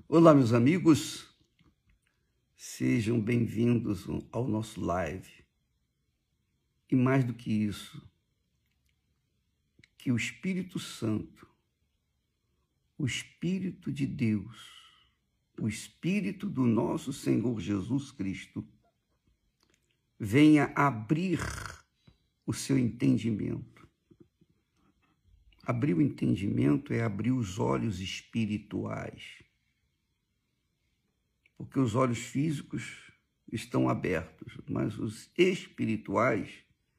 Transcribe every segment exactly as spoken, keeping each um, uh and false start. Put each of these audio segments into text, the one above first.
Olá, meus amigos, sejam bem-vindos ao nosso live. E mais do que isso, que o Espírito Santo, o Espírito de Deus, o Espírito do nosso Senhor Jesus Cristo, venha abrir o seu entendimento. Abrir o entendimento é abrir os olhos espirituais. Porque os olhos físicos estão abertos, mas os espirituais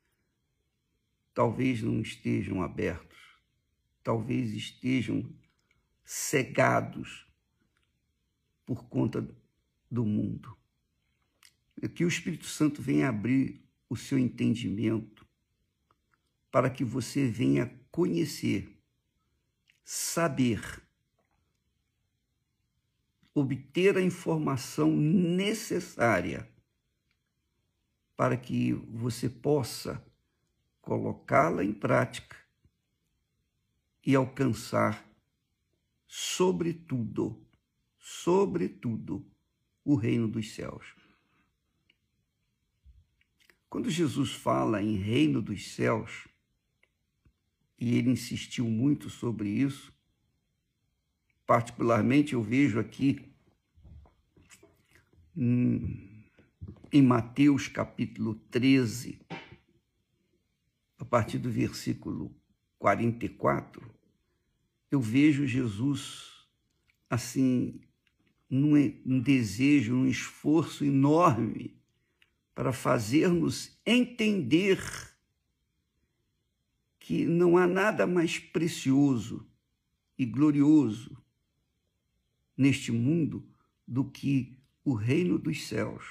talvez não estejam abertos, talvez estejam cegados por conta do mundo. Que o Espírito Santo venha abrir o seu entendimento para que você venha conhecer, saber, obter a informação necessária para que você possa colocá-la em prática e alcançar, sobretudo, sobretudo, o reino dos céus. Quando Jesus fala em reino dos céus, e ele insistiu muito sobre isso, particularmente eu vejo aqui em Mateus capítulo treze, a partir do versículo quarenta e quatro, eu vejo Jesus assim, num, num desejo, num esforço enorme para fazer-nos entender que não há nada mais precioso e glorioso neste mundo do que o reino dos céus.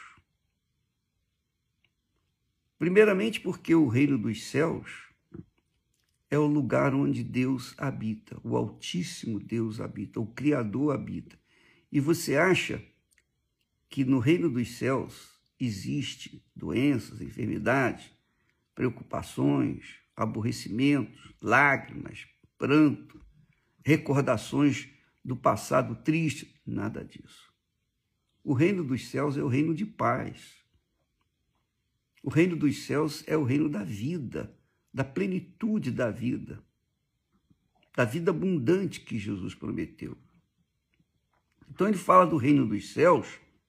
Primeiramente porque o reino dos céus é o lugar onde Deus habita, o Altíssimo Deus habita, o Criador habita. E você acha que no reino dos céus existe doenças, enfermidades, preocupações, aborrecimentos, lágrimas, pranto, recordações do passado triste? Nada disso. O reino dos céus é o reino de paz. O reino dos céus é o reino da vida, da plenitude da vida, da vida abundante que Jesus prometeu. Então ele fala do reino dos céus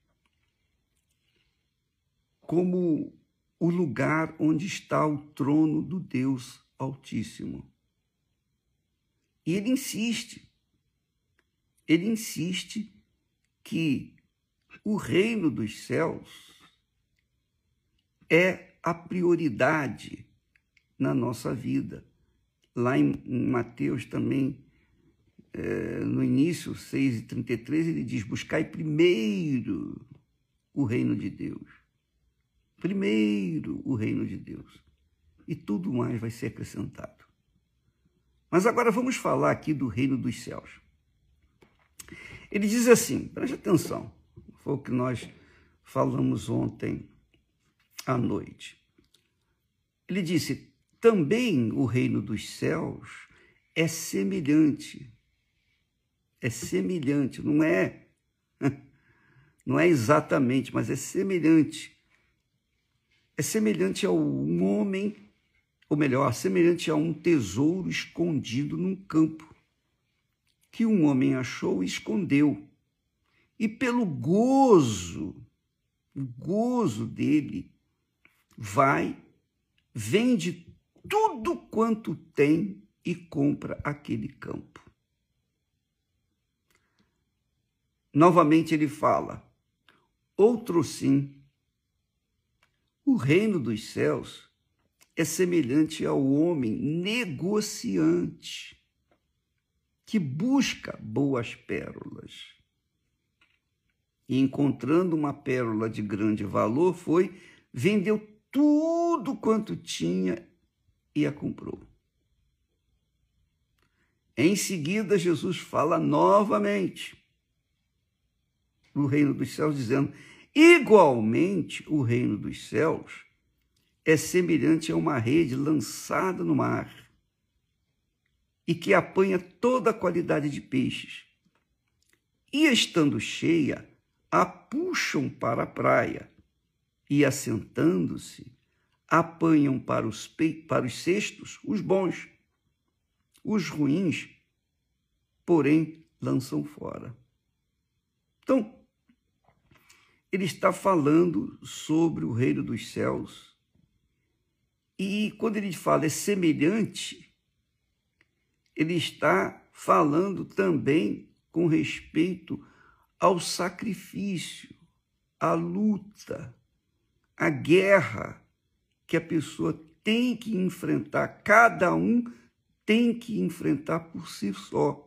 como o lugar onde está o trono do Deus Altíssimo. E ele insiste, ele insiste que o reino dos céus é a prioridade na nossa vida. Lá em, em Mateus também, é, no início, seis e trinta e três, ele diz: buscai primeiro o reino de Deus. Primeiro o reino de Deus. E tudo mais vai ser acrescentado. Mas agora vamos falar aqui do reino dos céus. Ele diz assim, preste atenção, foi o que nós falamos ontem à noite. Ele disse: também o reino dos céus é semelhante. É semelhante, não é, não é exatamente, mas é semelhante. É semelhante a um homem, ou melhor, semelhante a um tesouro escondido num campo, que um homem achou e escondeu. E pelo gozo, o gozo dele, vai, vende tudo quanto tem e compra aquele campo. Novamente ele fala: outro sim, o reino dos céus é semelhante ao homem negociante que busca boas pérolas. E encontrando uma pérola de grande valor, foi, vendeu tudo quanto tinha e a comprou. Em seguida, Jesus fala novamente no reino dos céus, dizendo: igualmente, o reino dos céus é semelhante a uma rede lançada no mar e que apanha toda a qualidade de peixes. e, estando cheia, a puxam para a praia e, assentando-se, apanham para os, para os cestos os bons. Os ruins, porém, lançam fora. Então, ele está falando sobre o reino dos céus. E quando ele fala é semelhante, ele está falando também com respeito ao sacrifício, à luta, à guerra que a pessoa tem que enfrentar, cada um tem que enfrentar por si só,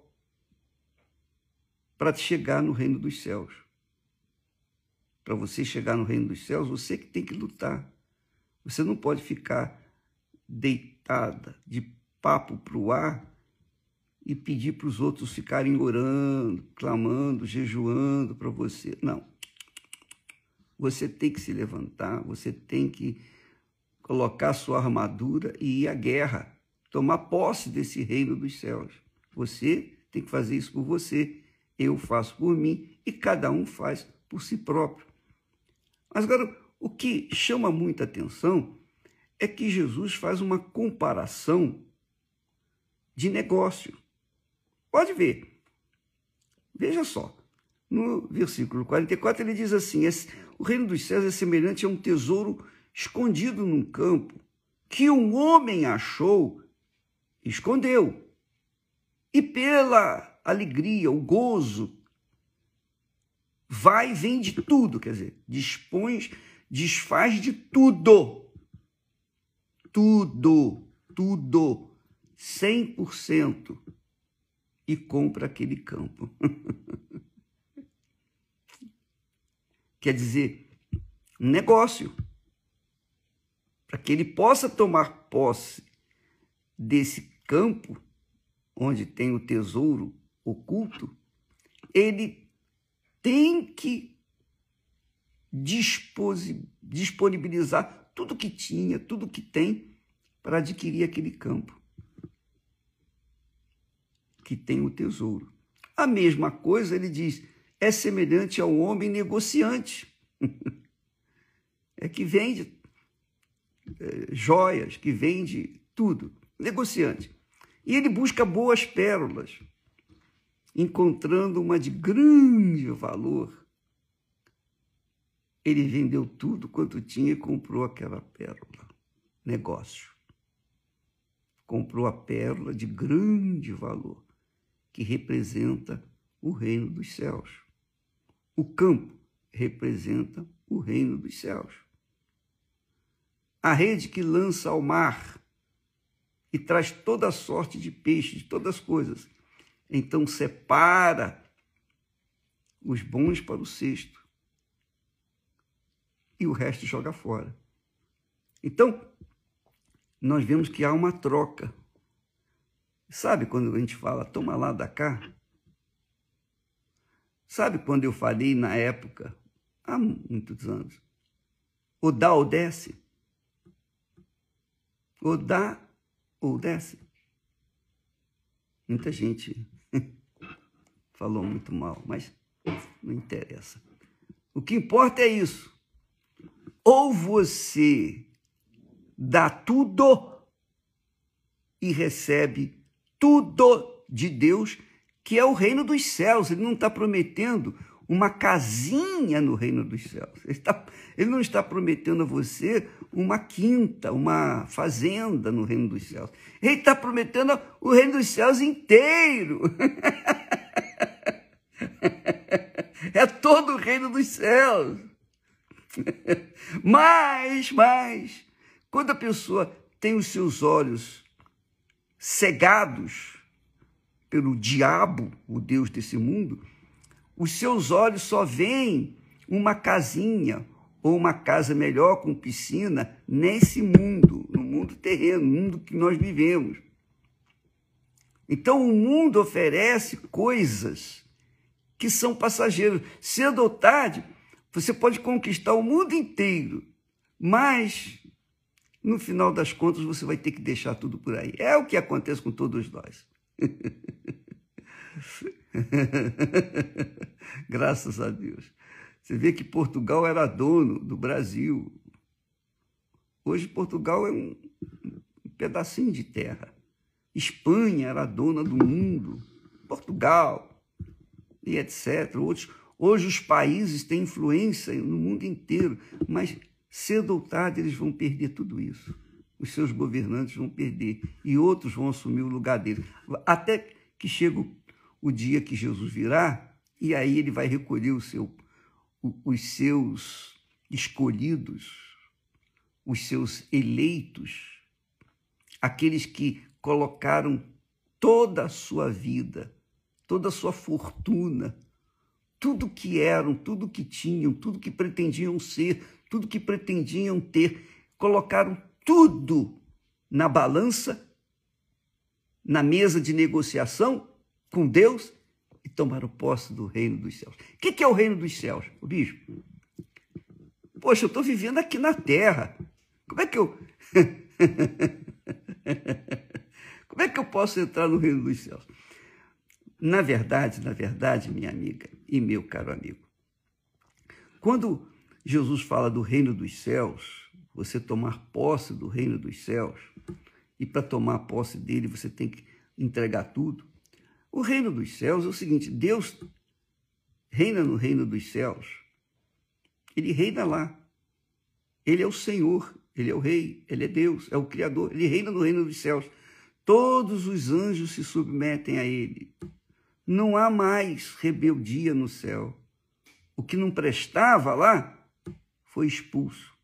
para chegar no reino dos céus. Para você chegar no reino dos céus, você que tem que lutar. Você não pode ficar deitada de papo para o ar e pedir para os outros ficarem orando, clamando, jejuando para você. Não. Você tem que se levantar, você tem que colocar sua armadura e ir à guerra, tomar posse desse reino dos céus. Você tem que fazer isso por você, eu faço por mim e cada um faz por si próprio. Mas agora, o que chama muita atenção é que Jesus faz uma comparação de negócio. Pode ver. Veja só. No versículo quarenta e quatro, ele diz assim: o reino dos céus é semelhante a um tesouro escondido num campo, que um homem achou, escondeu. E pela alegria, o gozo, vai e vende tudo, quer dizer, dispõe, desfaz de tudo. Tudo, tudo, cem por cento, e compra aquele campo. Quer dizer, um negócio, para que ele possa tomar posse desse campo, onde tem o tesouro oculto, ele tem que disponibilizar tudo que tinha, tudo que tem, para adquirir aquele campo que tem o tesouro. A mesma coisa, ele diz, é semelhante ao homem negociante, é que vende é, joias, que vende tudo, negociante. E ele busca boas pérolas, encontrando uma de grande valor. Ele vendeu tudo quanto tinha e comprou aquela pérola. Negócio. Comprou a pérola de grande valor, que representa o reino dos céus. O campo representa o reino dos céus. A rede que lança ao mar e traz toda sorte de peixes, de todas as coisas. Então separa os bons para o cesto e o resto joga fora. Então, nós vemos que há uma troca. Sabe quando a gente fala, toma lá, dá cá? Sabe quando eu falei na época, há muitos anos, ou dá ou desce? Ou dá ou desce? Muita gente falou muito mal, mas não interessa. O que importa é isso. Ou você dá tudo e recebe tudo de Deus, que é o reino dos céus. Ele não está prometendo uma casinha no reino dos céus. Ele, está, ele não está prometendo a você uma quinta, uma fazenda no reino dos céus. Ele está prometendo o reino dos céus inteiro. É todo o reino dos céus. Mas, mas, quando a pessoa tem os seus olhos cegados pelo diabo, o Deus desse mundo, os seus olhos só veem uma casinha ou uma casa melhor com piscina nesse mundo, no mundo terreno, no mundo que nós vivemos. Então, o mundo oferece coisas que são passageiras. Cedo ou tarde, você pode conquistar o mundo inteiro, mas, no final das contas, você vai ter que deixar tudo por aí. É o que acontece com todos nós. Graças a Deus. Você vê que Portugal era dono do Brasil. Hoje Portugal é um pedacinho de terra. Espanha era dona do mundo. Portugal e etcétera. Outros, hoje os países têm influência no mundo inteiro, mas cedo ou tarde eles vão perder tudo isso. Os seus governantes vão perder e outros vão assumir o lugar deles. Até que chega o, o dia que Jesus virá e aí ele vai recolher o seu, o, os seus escolhidos, os seus eleitos, aqueles que colocaram toda a sua vida, toda a sua fortuna, tudo que eram, tudo que tinham, tudo que pretendiam ser, tudo que pretendiam ter, colocaram tudo na balança, na mesa de negociação com Deus e tomaram posse do reino dos céus. O que é o reino dos céus, bispo? Poxa, eu estou vivendo aqui na terra. Como é que eu... Como é que eu posso entrar no reino dos céus? Na verdade, na verdade, minha amiga e meu caro amigo, quando Jesus fala do reino dos céus, você tomar posse do reino dos céus, e para tomar posse dele você tem que entregar tudo. O reino dos céus é o seguinte, Deus reina no reino dos céus, ele reina lá, ele é o Senhor, ele é o Rei, ele é Deus, é o Criador, ele reina no reino dos céus. Todos os anjos se submetem a ele. Não há mais rebeldia no céu. O que não prestava lá foi expulso.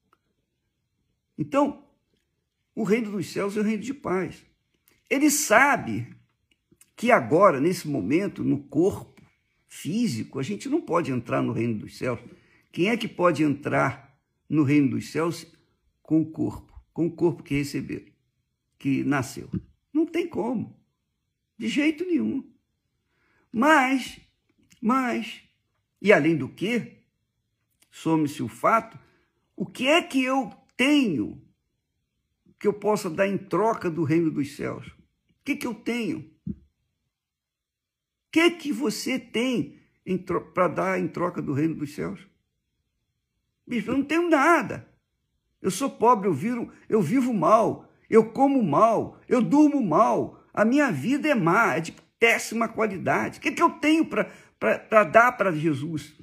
Então, o reino dos céus é o reino de paz. Ele sabe que agora, nesse momento, no corpo físico, a gente não pode entrar no reino dos céus. Quem é que pode entrar no reino dos céus com o corpo? Com o corpo que receberam, que nasceu. Não tem como. De jeito nenhum. Mas, mas, e além do que, some-se o fato, o que é que eu tenho que eu possa dar em troca do reino dos céus? O que que eu tenho? O que que você tem para dar em troca do reino dos céus? Bispo, eu não tenho nada. Eu sou pobre, eu, viro, eu vivo mal, eu como mal, eu durmo mal, a minha vida é má, é de péssima qualidade. O que que eu tenho para dar para Jesus?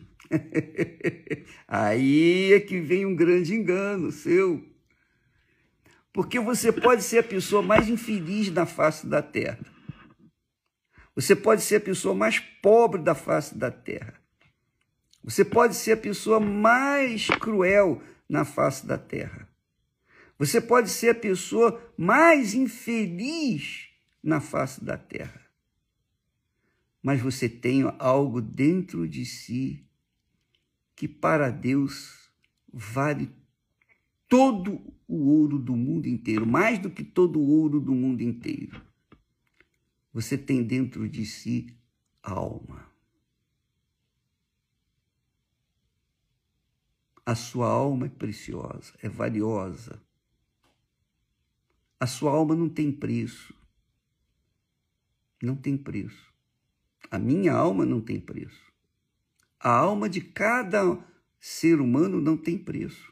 Aí é que vem um grande engano seu. Porque você pode ser a pessoa mais infeliz da face da terra. Você pode ser a pessoa mais pobre da face da terra. Você pode ser a pessoa mais cruel na face da terra. Você pode ser a pessoa mais infeliz na face da terra. Mas você tem algo dentro de si que para Deus vale todo o ouro do mundo inteiro, mais do que todo o ouro do mundo inteiro. Você tem dentro de si alma. A sua alma é preciosa, é valiosa. A sua alma não tem preço. Não tem preço. A minha alma não tem preço. A alma de cada ser humano não tem preço.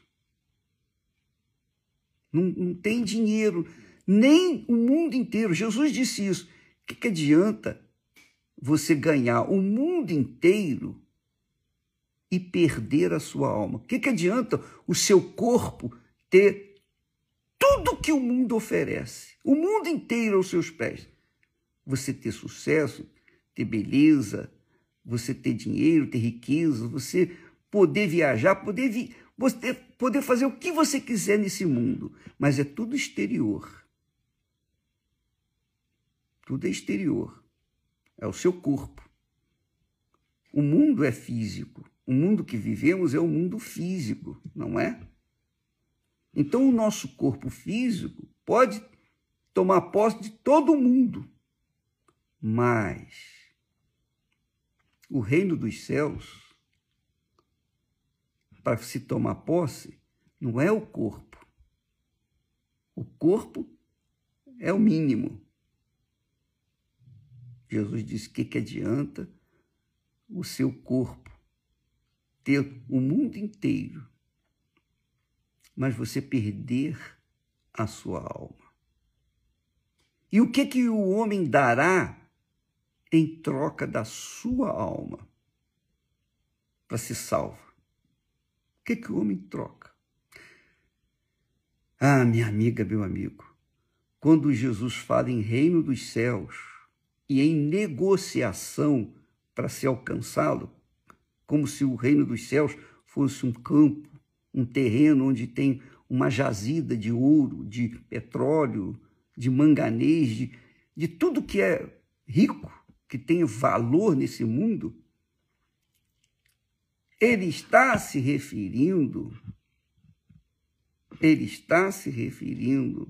Não, não tem dinheiro, nem o mundo inteiro. Jesus disse isso. O que, que adianta você ganhar o mundo inteiro e perder a sua alma? O que, que adianta o seu corpo ter tudo que o mundo oferece, o mundo inteiro aos seus pés? Você ter sucesso, ter beleza, você ter dinheiro, ter riqueza, você poder viajar, poder, vi, você poder fazer o que você quiser nesse mundo, mas é tudo exterior. Tudo é exterior, é o seu corpo. O mundo é físico, o mundo que vivemos é o mundo físico, não é? Então o nosso corpo físico pode tomar posse de todo mundo, mas o reino dos céus, para se tomar posse, não é o corpo. O corpo é o mínimo. Jesus disse: o que, que adianta o seu corpo ter o mundo inteiro, mas você perder a sua alma? E o que, que o homem dará em troca da sua alma para se salvar? O que, que o homem troca? Ah, minha amiga, meu amigo, quando Jesus fala em reino dos céus e em negociação para se alcançá-lo, como se o reino dos céus fosse um campo, um terreno onde tem uma jazida de ouro, de petróleo, de manganês, de, de tudo que é rico, que tem valor nesse mundo, ele está se referindo, ele está se referindo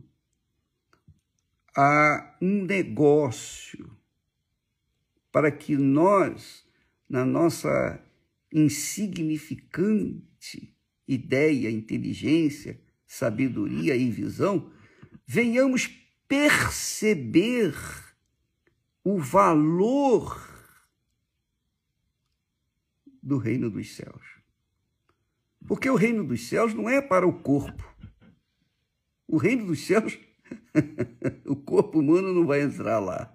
a um negócio para que nós, na nossa insignificante ideia, inteligência, sabedoria e visão, venhamos perceber o valor do reino dos céus. Porque o reino dos céus não é para o corpo. O reino dos céus, o corpo humano não vai entrar lá.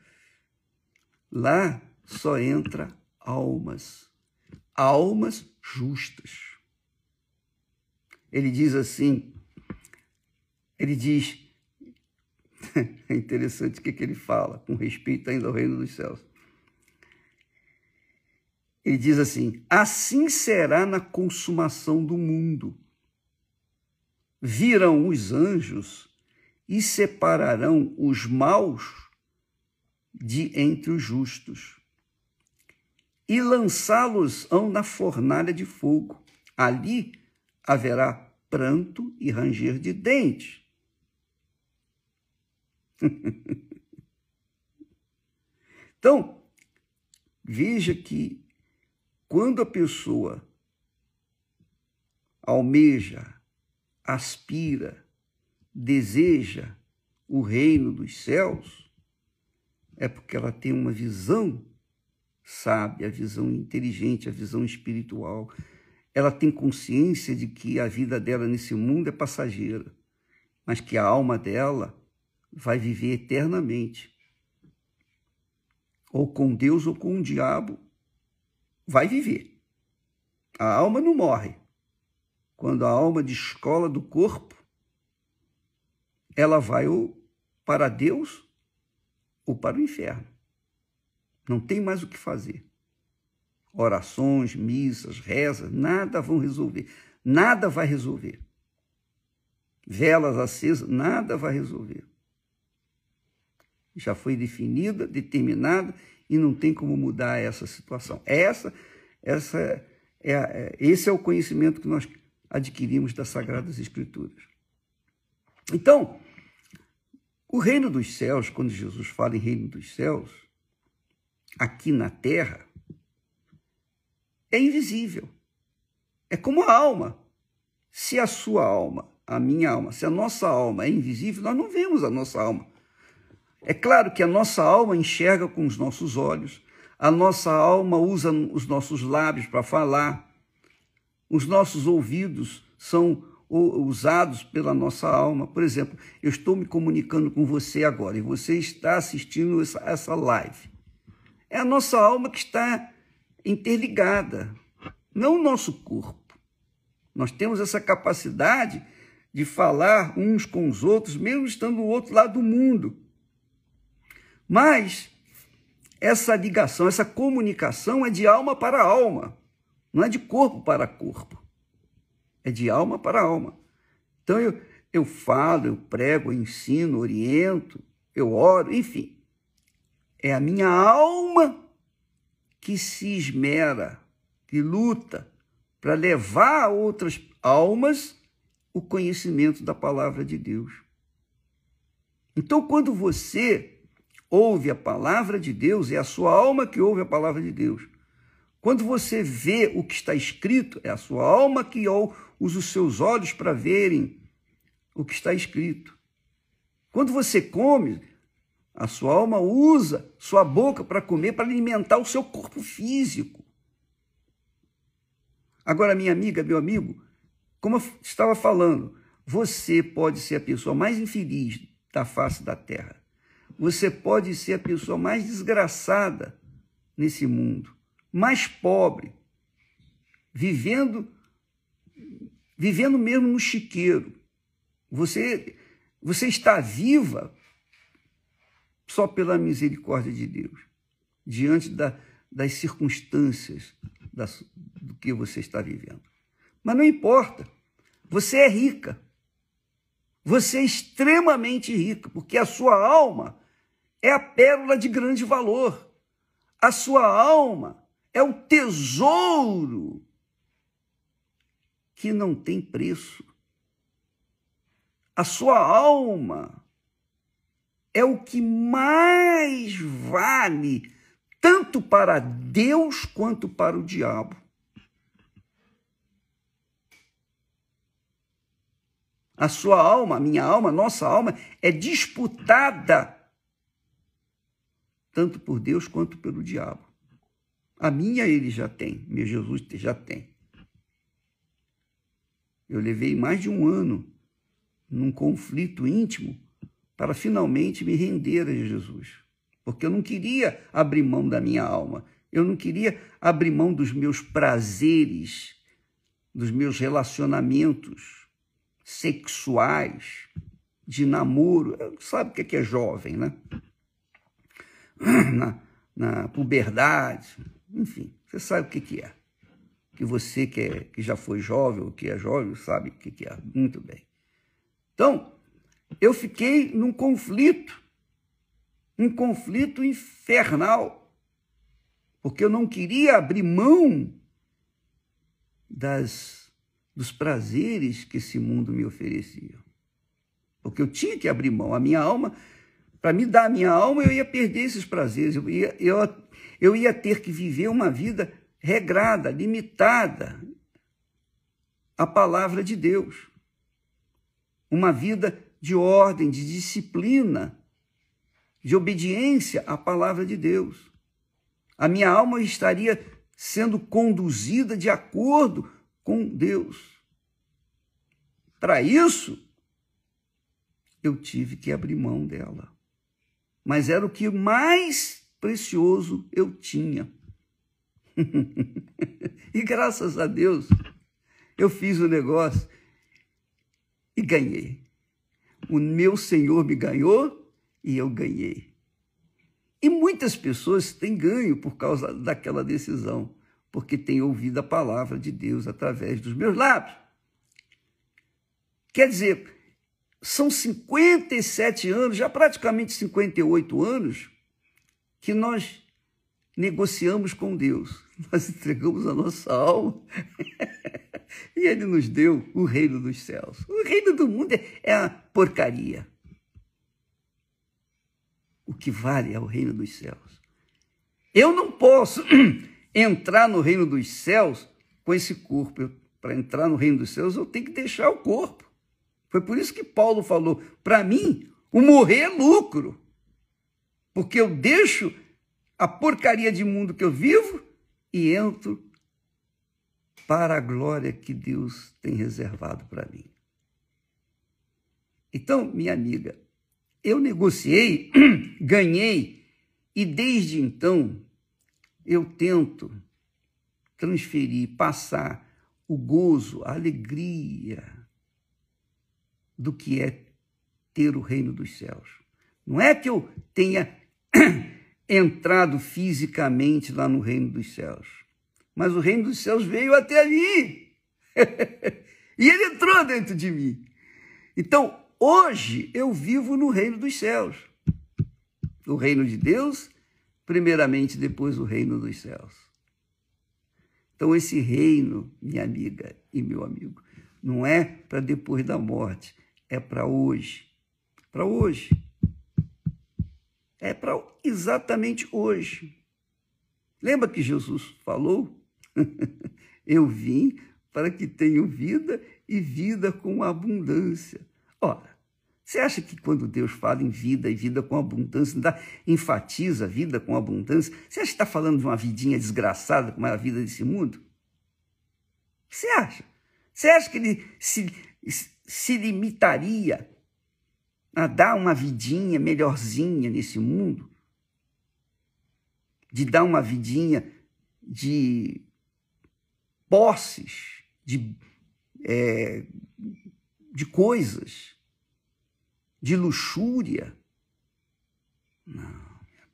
Lá só entra almas, almas justas. Ele diz assim, ele diz, é interessante o que, que ele fala, com respeito ainda ao reino dos céus. Ele diz assim: assim será na consumação do mundo. Virão os anjos e separarão os maus de entre os justos, e lançá-los-ão na fornalha de fogo. Ali haverá pranto e ranger de dentes. Então, veja que quando a pessoa almeja, aspira, deseja o reino dos céus, é porque ela tem uma visão sábia, a visão inteligente, a visão espiritual. Ela tem consciência de que a vida dela nesse mundo é passageira, mas que a alma dela vai viver eternamente. Ou com Deus ou com o diabo, vai viver. A alma não morre. Quando a alma descola do corpo, ela vai ou para Deus ou para o inferno. Não tem mais o que fazer. Orações, missas, rezas, nada vão resolver. Nada vai resolver. Velas acesas, nada vai resolver. Já foi definida, determinada, e não tem como mudar essa situação. Essa, essa é, é, esse é o conhecimento que nós adquirimos das Sagradas Escrituras. Então, o reino dos céus, quando Jesus fala em reino dos céus, aqui na terra, é invisível. É como a alma. Se a sua alma, a minha alma, se a nossa alma é invisível, nós não vemos a nossa alma. É claro que a nossa alma enxerga com os nossos olhos, a nossa alma usa os nossos lábios para falar, os nossos ouvidos são usados pela nossa alma. Por exemplo, eu estou me comunicando com você agora e você está assistindo essa, essa live. É a nossa alma que está interligada, não o nosso corpo. Nós temos essa capacidade de falar uns com os outros, mesmo estando do outro lado do mundo. Mas essa ligação, essa comunicação é de alma para alma, não é de corpo para corpo. É de alma para alma. Então eu, eu falo, eu prego, eu ensino, oriento, eu oro, enfim. É a minha alma que se esmera, que luta para levar a outras almas o conhecimento da palavra de Deus. Então, quando você ouve a palavra de Deus, é a sua alma que ouve a palavra de Deus. Quando você vê o que está escrito, é a sua alma que usa os seus olhos para verem o que está escrito. Quando você come, A sua alma usa sua boca para comer, para alimentar o seu corpo físico. Agora, minha amiga, meu amigo, como eu estava falando, você pode ser a pessoa mais infeliz da face da terra. Você pode ser a pessoa mais desgraçada nesse mundo, mais pobre, vivendo, vivendo mesmo no chiqueiro. Você, você está viva só pela misericórdia de Deus, diante da, das circunstâncias das, do que você está vivendo. Mas não importa, você é rica, você é extremamente rica, porque a sua alma é a pérola de grande valor, a sua alma é o tesouro que não tem preço, a sua alma é o que mais vale, tanto para Deus quanto para o diabo. A sua alma, a minha alma, a nossa alma é disputada tanto por Deus quanto pelo diabo. A minha ele já tem, meu Jesus já tem. Eu levei mais de um ano num conflito íntimo para finalmente me render a Jesus, porque eu não queria abrir mão da minha alma, eu não queria abrir mão dos meus prazeres, dos meus relacionamentos sexuais, de namoro. Sabe o que é jovem, né? Na, na puberdade, enfim, você sabe o que é. Que você que, é, que já foi jovem ou que é jovem sabe o que é, muito bem. Então, eu fiquei num conflito, um conflito infernal, porque eu não queria abrir mão das, dos prazeres que esse mundo me oferecia. Porque eu tinha que abrir mão. A minha alma, para me dar a minha alma, eu ia perder esses prazeres. Eu ia, eu, eu ia ter que viver uma vida regrada, limitada à palavra de Deus. Uma vida de ordem, de disciplina, de obediência à palavra de Deus. A minha alma estaria sendo conduzida de acordo com Deus. Para isso, eu tive que abrir mão dela. Mas era o que mais precioso eu tinha. E graças a Deus, eu fiz o negócio e ganhei. O meu Senhor me ganhou e eu ganhei. E muitas pessoas têm ganho por causa daquela decisão, porque têm ouvido a palavra de Deus através dos meus lábios. Quer dizer, são cinquenta e sete anos, já praticamente cinquenta e oito anos, que nós negociamos com Deus. Nós entregamos a nossa alma e Ele nos deu o reino dos céus. O reino do mundo é a porcaria. O que vale é o reino dos céus. Eu não posso entrar no reino dos céus com esse corpo. Para entrar no reino dos céus, eu tenho que deixar o corpo. Foi por isso que Paulo falou, para mim, o morrer é lucro. Porque eu deixo a porcaria de mundo que eu vivo e entro para a glória que Deus tem reservado para mim. Então, minha amiga, eu negociei, ganhei, e desde então eu tento transferir, passar o gozo, a alegria do que é ter o reino dos céus. Não é que eu tenha entrado fisicamente lá no reino dos céus, mas o reino dos céus veio até ali. E ele entrou dentro de mim. Então, hoje eu vivo no reino dos céus. O reino de Deus, primeiramente, depois o reino dos céus. Então, esse reino, minha amiga e meu amigo, não é para depois da morte, é para hoje. Para hoje. É para exatamente hoje. Lembra que Jesus falou? Eu vim para que tenham vida e vida com abundância. Ora, Você acha que quando Deus fala em vida e vida com abundância, dá, enfatiza vida com abundância, você acha que está falando de uma vidinha desgraçada como é a vida desse mundo? O que você acha? Você acha que ele se, se limitaria a dar uma vidinha melhorzinha nesse mundo? De dar uma vidinha de posses, de, é, de coisas, de luxúria? Não.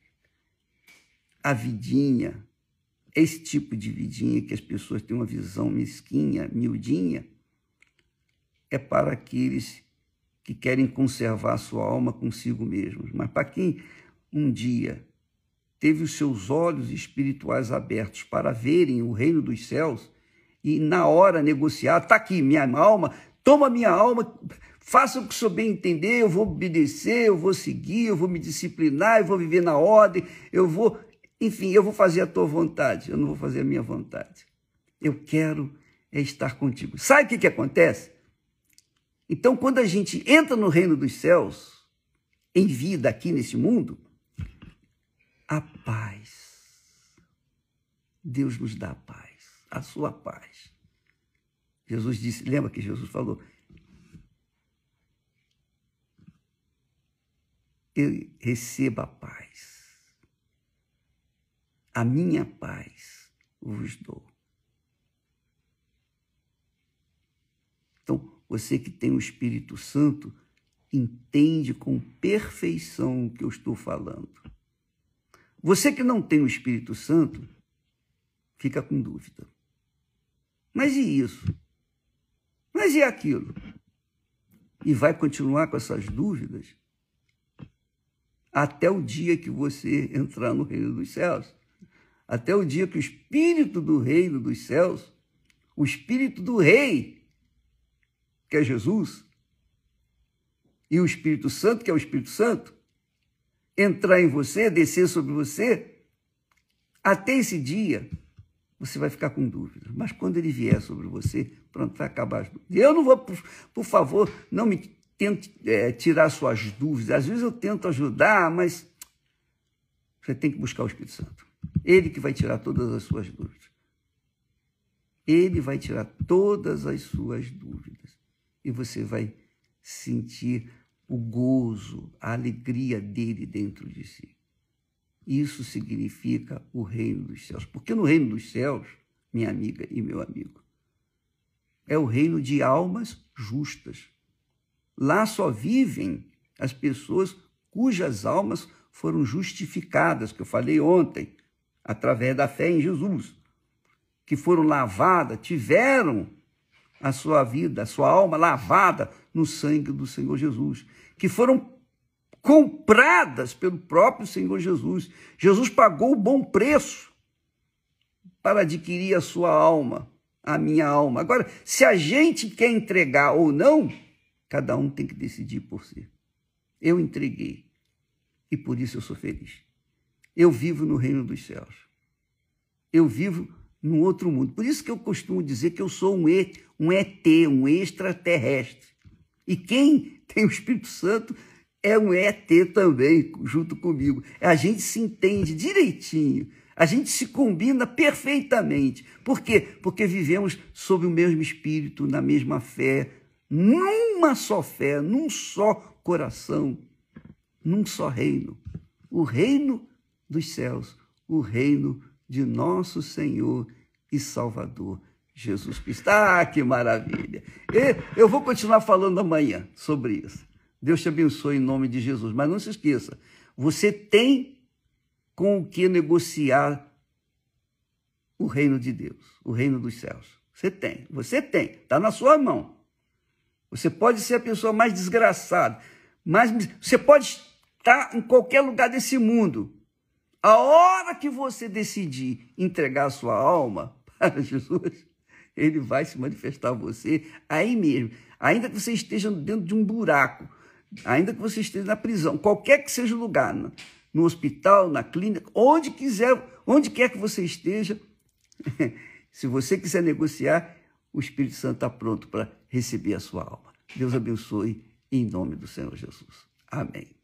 A vidinha, esse tipo de vidinha que as pessoas têm uma visão mesquinha, miudinha, é para aqueles que querem conservar a sua alma consigo mesmos. Mas para quem um dia teve os seus olhos espirituais abertos para verem o reino dos céus e na hora negociar, está aqui minha alma, toma minha alma, faça o que o senhor bem entender, eu vou obedecer, eu vou seguir, eu vou me disciplinar, eu vou viver na ordem, eu vou, enfim, eu vou fazer a tua vontade, eu não vou fazer a minha vontade. Eu quero é estar contigo. Sabe o que, que acontece? Então, quando a gente entra no reino dos céus, em vida aqui nesse mundo, a paz. Deus nos dá a paz, a sua paz. Jesus disse, lembra que Jesus falou? Eu recebo a paz. A minha paz vos dou. Então, você que tem o Espírito Santo, entende com perfeição o que eu estou falando. Você que não tem o Espírito Santo, fica com dúvida. Mas e isso? Mas e aquilo? E vai continuar com essas dúvidas até o dia que você entrar no reino dos céus. Até o dia que o Espírito do reino dos céus, o Espírito do Rei, que é Jesus, e o Espírito Santo, que é o Espírito Santo, entrar em você, descer sobre você, até esse dia, você vai ficar com dúvida. Mas quando ele vier sobre você, pronto, vai acabar as dúvidas. Eu não vou, por, por favor, não me tente é, tirar suas dúvidas. Às vezes eu tento ajudar, mas você tem que buscar o Espírito Santo. Ele que vai tirar todas as suas dúvidas. Ele vai tirar todas as suas dúvidas. E você vai sentir o gozo, a alegria dele dentro de si. Isso significa o reino dos céus. Porque no reino dos céus, minha amiga e meu amigo, é o reino de almas justas. Lá só vivem as pessoas cujas almas foram justificadas, que eu falei ontem, através da fé em Jesus, que foram lavadas, tiveram a sua vida, a sua alma lavada no sangue do Senhor Jesus, que foram compradas pelo próprio Senhor Jesus. Jesus pagou o bom preço para adquirir a sua alma, a minha alma. Agora, se a gente quer entregar ou não, cada um tem que decidir por si. Eu entreguei e por isso eu sou feliz. Eu vivo no reino dos céus. Eu vivo num outro mundo. Por isso que eu costumo dizer que eu sou um E T, um E T, um extraterrestre. E quem tem o Espírito Santo é um E T também, junto comigo. A gente se entende direitinho, a gente se combina perfeitamente. Por quê? Porque vivemos sob o mesmo Espírito, na mesma fé, numa só fé, num só coração, num só reino. O reino dos céus, o reino de nosso Senhor e Salvador, Jesus Cristo. Ah, que maravilha! Eu vou continuar falando amanhã sobre isso. Deus te abençoe em nome de Jesus. Mas não se esqueça, você tem com o que negociar o reino de Deus, o reino dos céus. Você tem, você tem, está na sua mão. Você pode ser a pessoa mais desgraçada, mas você pode estar em qualquer lugar desse mundo. A hora que você decidir entregar a sua alma para Jesus, ele vai se manifestar a você aí mesmo. Ainda que você esteja dentro de um buraco, ainda que você esteja na prisão, qualquer que seja o lugar, no, no hospital, na clínica, onde quiser, onde quer que você esteja, se você quiser negociar, o Espírito Santo está pronto para receber a sua alma. Deus abençoe em nome do Senhor Jesus. Amém.